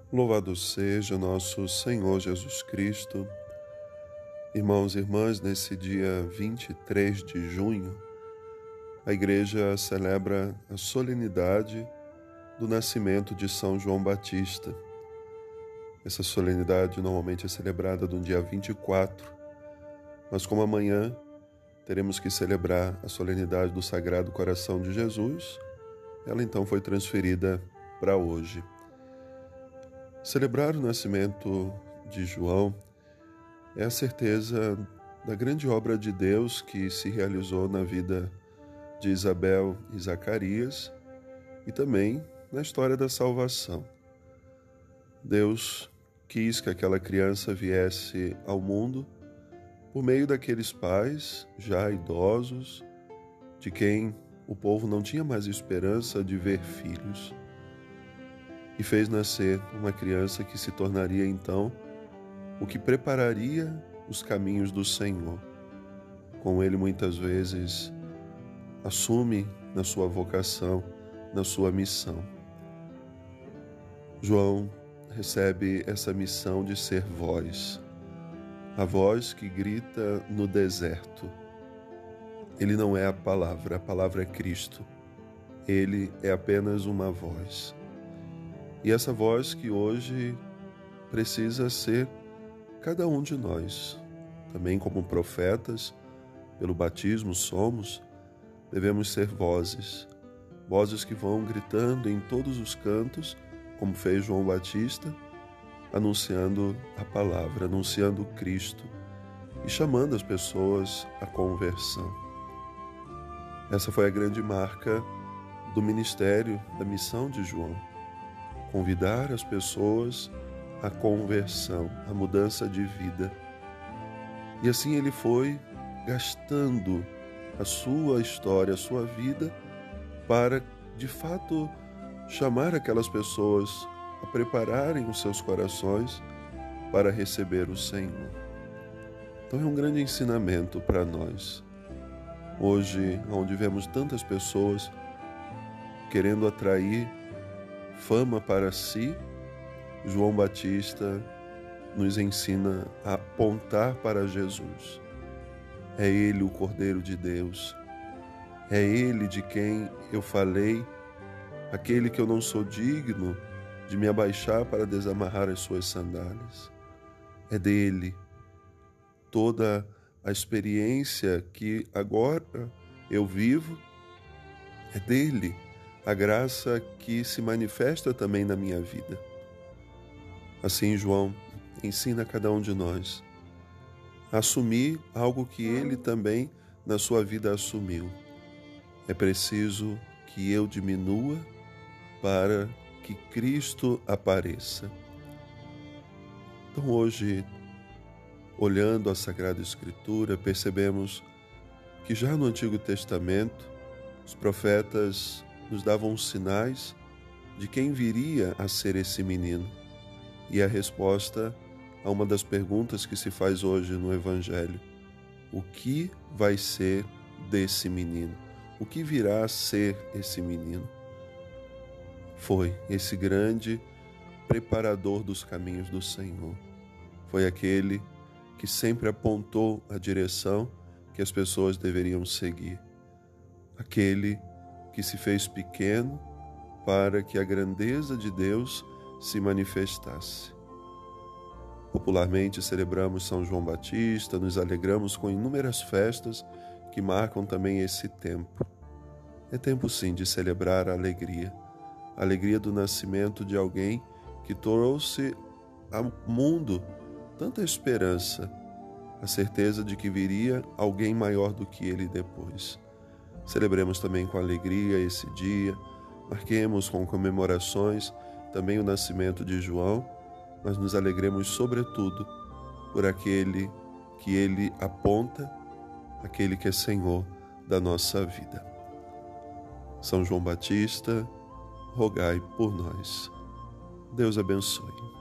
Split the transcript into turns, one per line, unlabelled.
Louvado seja nosso Senhor Jesus Cristo. Irmãos e irmãs, nesse dia 23 de junho, a Igreja celebra a solenidade do nascimento de São João Batista. Essa solenidade normalmente é celebrada no dia 24, mas como amanhã teremos que celebrar a solenidade do Sagrado Coração de Jesus, ela então foi transferida para hoje. Celebrar o nascimento de João é a certeza da grande obra de Deus que se realizou na vida de Isabel e Zacarias e também na história da salvação. Deus quis que aquela criança viesse ao mundo por meio daqueles pais já idosos, de quem o povo não tinha mais esperança de ver filhos. E fez nascer uma criança que se tornaria então o que prepararia os caminhos do Senhor. Com ele muitas vezes assume na sua vocação, na sua missão. João recebe essa missão de ser voz, a voz que grita no deserto. Ele não é a palavra é Cristo. Ele é apenas uma voz. E essa voz que hoje precisa ser cada um de nós. Também como profetas, pelo batismo somos, devemos ser vozes. Vozes que vão gritando em todos os cantos, como fez João Batista, anunciando a palavra, anunciando Cristo e chamando as pessoas à conversão. Essa foi a grande marca do ministério, da missão de João. Convidar as pessoas à conversão, à mudança de vida. E assim ele foi gastando a sua história, a sua vida, para, de fato, chamar aquelas pessoas a prepararem os seus corações para receber o Senhor. Então é um grande ensinamento para nós. Hoje, onde vemos tantas pessoas querendo atrair fama para si, João Batista nos ensina a apontar para Jesus. É Ele o Cordeiro de Deus. É Ele de quem eu falei, aquele que eu não sou digno de me abaixar para desamarrar as suas sandálias. É dele toda a experiência que agora eu vivo, é dele a graça que se manifesta também na minha vida. Assim, João ensina a cada um de nós a assumir algo que ele também na sua vida assumiu. É preciso que eu diminua para que Cristo apareça. Então hoje, olhando a Sagrada Escritura, percebemos que já no Antigo Testamento, os profetas nos davam sinais de quem viria a ser esse menino. E a resposta a uma das perguntas que se faz hoje no Evangelho: o que vai ser desse menino? O que virá a ser esse menino? Foi esse grande preparador dos caminhos do Senhor. Foi aquele que sempre apontou a direção que as pessoas deveriam seguir. Aquele que se fez pequeno para que a grandeza de Deus se manifestasse. Popularmente celebramos São João Batista, nos alegramos com inúmeras festas que marcam também esse tempo. É tempo sim de celebrar a alegria do nascimento de alguém que trouxe ao mundo tanta esperança, a certeza de que viria alguém maior do que ele depois. Celebremos também com alegria esse dia, marquemos com comemorações também o nascimento de João, mas nos alegremos sobretudo por aquele que ele aponta, aquele que é Senhor da nossa vida. São João Batista, rogai por nós. Deus abençoe.